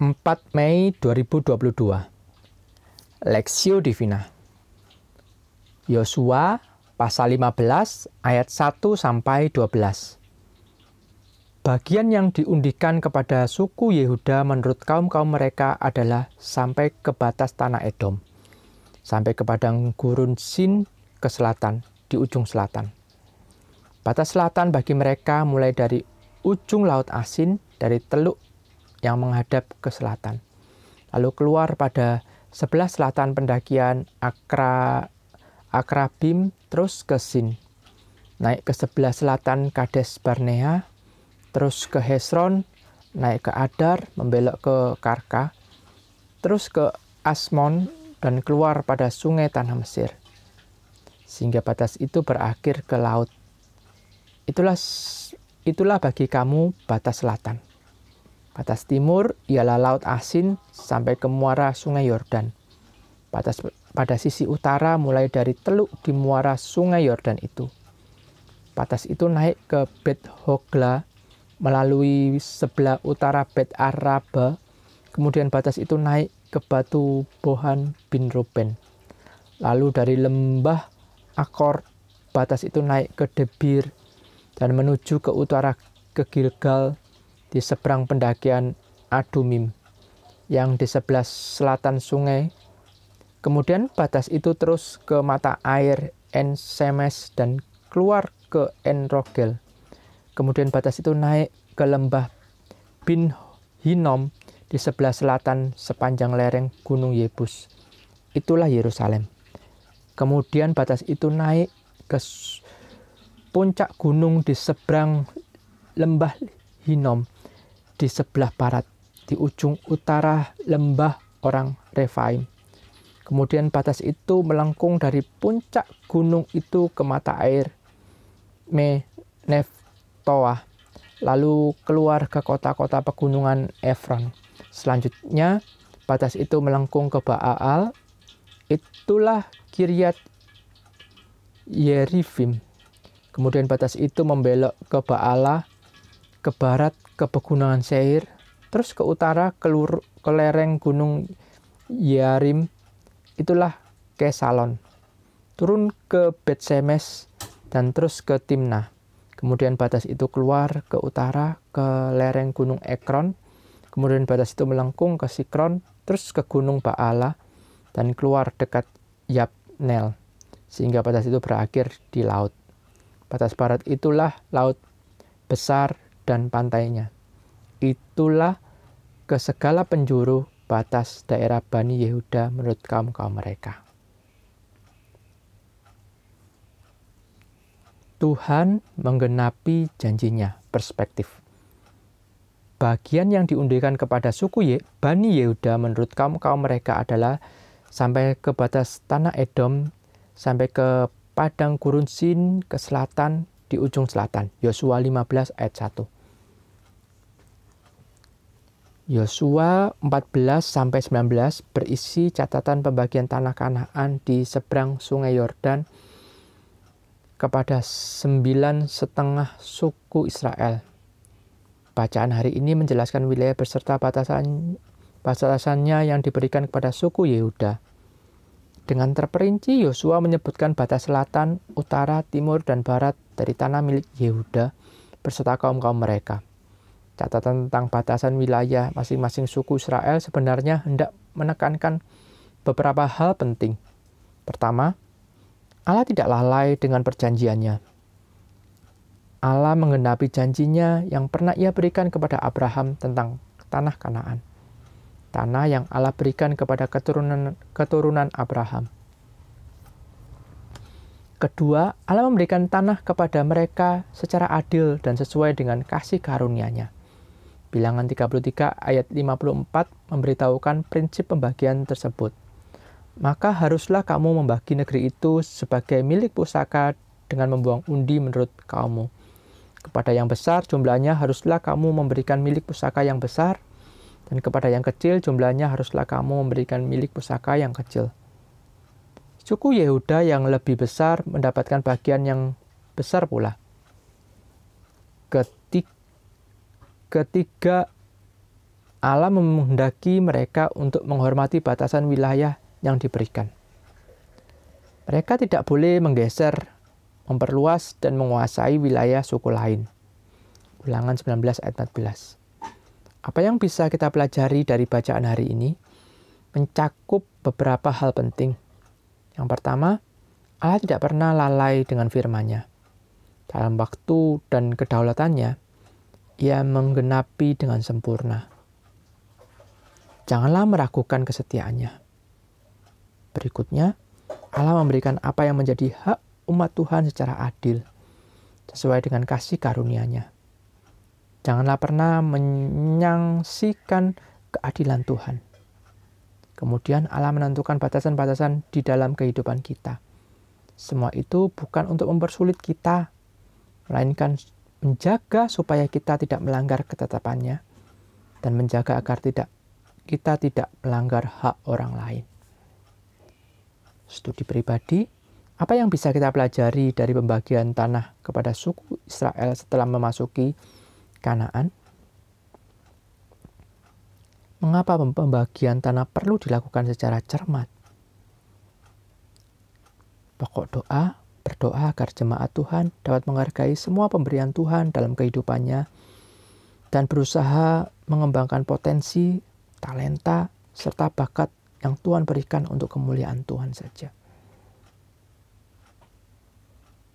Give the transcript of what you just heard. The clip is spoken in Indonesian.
4 Mei 2022. Lexio Divina. Yosua pasal 15 ayat 1 sampai 12. Bagian yang diundikan kepada suku Yehuda menurut kaum-kaum mereka adalah sampai ke batas tanah Edom, sampai ke padang gurun Sin ke selatan, di ujung selatan. Batas selatan bagi mereka mulai dari ujung Laut Asin, dari teluk yang menghadap ke selatan, lalu keluar pada sebelah selatan pendakian Akrabim, terus ke Sin, naik ke sebelah selatan Kades Barnea, terus ke Hesron, naik ke Adar, membelok ke Karka, terus ke Asmon, dan keluar pada sungai tanah Mesir, sehingga batas itu berakhir ke laut. Itulah bagi kamu batas selatan. Batas timur ialah Laut Asin sampai ke muara sungai Yordan. Batas pada sisi utara mulai dari teluk di muara sungai Yordan itu. Batas itu naik ke Bet Hogla melalui sebelah utara Bet Araba. Kemudian batas itu naik ke batu Bohan bin Ruben. Lalu dari lembah Akor, batas itu naik ke Debir dan menuju ke utara ke Gilgal di seberang pendakian Adumim yang di sebelah selatan sungai. Kemudian batas itu terus ke mata air En Semes dan keluar ke En Rogel. Kemudian batas itu naik ke lembah Bin Hinom di sebelah selatan sepanjang lereng Gunung Yebus. Itulah Yerusalem. Kemudian batas itu naik ke puncak gunung di seberang lembah Hinom di sebelah barat, di ujung utara lembah orang Refaim. Kemudian batas itu melengkung dari puncak gunung itu ke mata air Neftoah, lalu keluar ke kota-kota pegunungan Efron. Selanjutnya, batas itu melengkung ke Baal, itulah Kiryat Yerifim. Kemudian batas itu membelok ke Baala, ke barat ke pegunungan Seir, terus ke utara ke lereng gunung Yearim, itulah Kesalon, turun ke Bet-Semes dan terus ke Timnah. Kemudian batas itu keluar ke utara ke lereng gunung Ekron, kemudian batas itu melengkung ke Sikron, terus ke gunung Baala dan keluar dekat Yabnel, sehingga batas itu berakhir di laut. Batas barat itulah laut besar dan pantainya. Itulah ke segala penjuru batas daerah Bani Yehuda menurut kaum-kaum mereka. Tuhan menggenapi janjinya. Perspektif. Bagian yang diundikan kepada suku Bani Yehuda menurut kaum-kaum mereka adalah sampai ke batas tanah Edom, sampai ke padang gurun Sin ke selatan, di ujung selatan. Yosua 15 ayat 1. Yosua 14 sampai 19 berisi catatan pembagian tanah Kanaan di seberang sungai Yordan kepada 9,5 suku Israel. Bacaan hari ini menjelaskan wilayah beserta batasannya yang diberikan kepada suku Yehuda. Dengan terperinci, Yosua menyebutkan batas selatan, utara, timur, dan barat dari tanah milik Yehuda beserta kaum-kaum mereka. Catatan tentang batasan wilayah masing-masing suku Israel sebenarnya hendak menekankan beberapa hal penting. Pertama, Allah tidak lalai dengan perjanjiannya. Allah menggenapi janjinya yang pernah Ia berikan kepada Abraham tentang tanah Kanaan. Tanah yang Allah berikan kepada keturunan Abraham. Kedua, Allah memberikan tanah kepada mereka secara adil dan sesuai dengan kasih karunia-Nya. Bilangan 33 ayat 54 memberitahukan prinsip pembagian tersebut. Maka haruslah kamu membagi negeri itu sebagai milik pusaka dengan membuang undi menurut kaummu. Kepada yang besar jumlahnya haruslah kamu memberikan milik pusaka yang besar, dan kepada yang kecil jumlahnya haruslah kamu memberikan milik pusaka yang kecil. Suku Yehuda yang lebih besar mendapatkan bagian yang besar pula. Ketiga Allah menghendaki mereka untuk menghormati batasan wilayah yang diberikan. Mereka tidak boleh menggeser, memperluas, dan menguasai wilayah suku lain. Ulangan 19 ayat 14. Apa yang bisa kita pelajari dari bacaan hari ini? Mencakup beberapa hal penting. Yang pertama, Allah tidak pernah lalai dengan firman-Nya. Dalam waktu dan kedaulatannya, Ia menggenapi dengan sempurna. Janganlah meragukan kesetiaannya. Berikutnya, Allah memberikan apa yang menjadi hak umat Tuhan secara adil, sesuai dengan kasih karunia-Nya. Janganlah pernah menyaksikan keadilan Tuhan. Kemudian Allah menentukan batasan-batasan di dalam kehidupan kita. Semua itu bukan untuk mempersulit kita, melainkan menjaga supaya kita tidak melanggar ketetapannya dan menjaga agar kita tidak melanggar hak orang lain. Studi pribadi, apa yang bisa kita pelajari dari pembagian tanah kepada suku Israel setelah memasuki Kanaan? Mengapa pembagian tanah perlu dilakukan secara cermat? Pokok doa, berdoa agar jemaat Tuhan dapat menghargai semua pemberian Tuhan dalam kehidupannya dan berusaha mengembangkan potensi, talenta, serta bakat yang Tuhan berikan untuk kemuliaan Tuhan saja.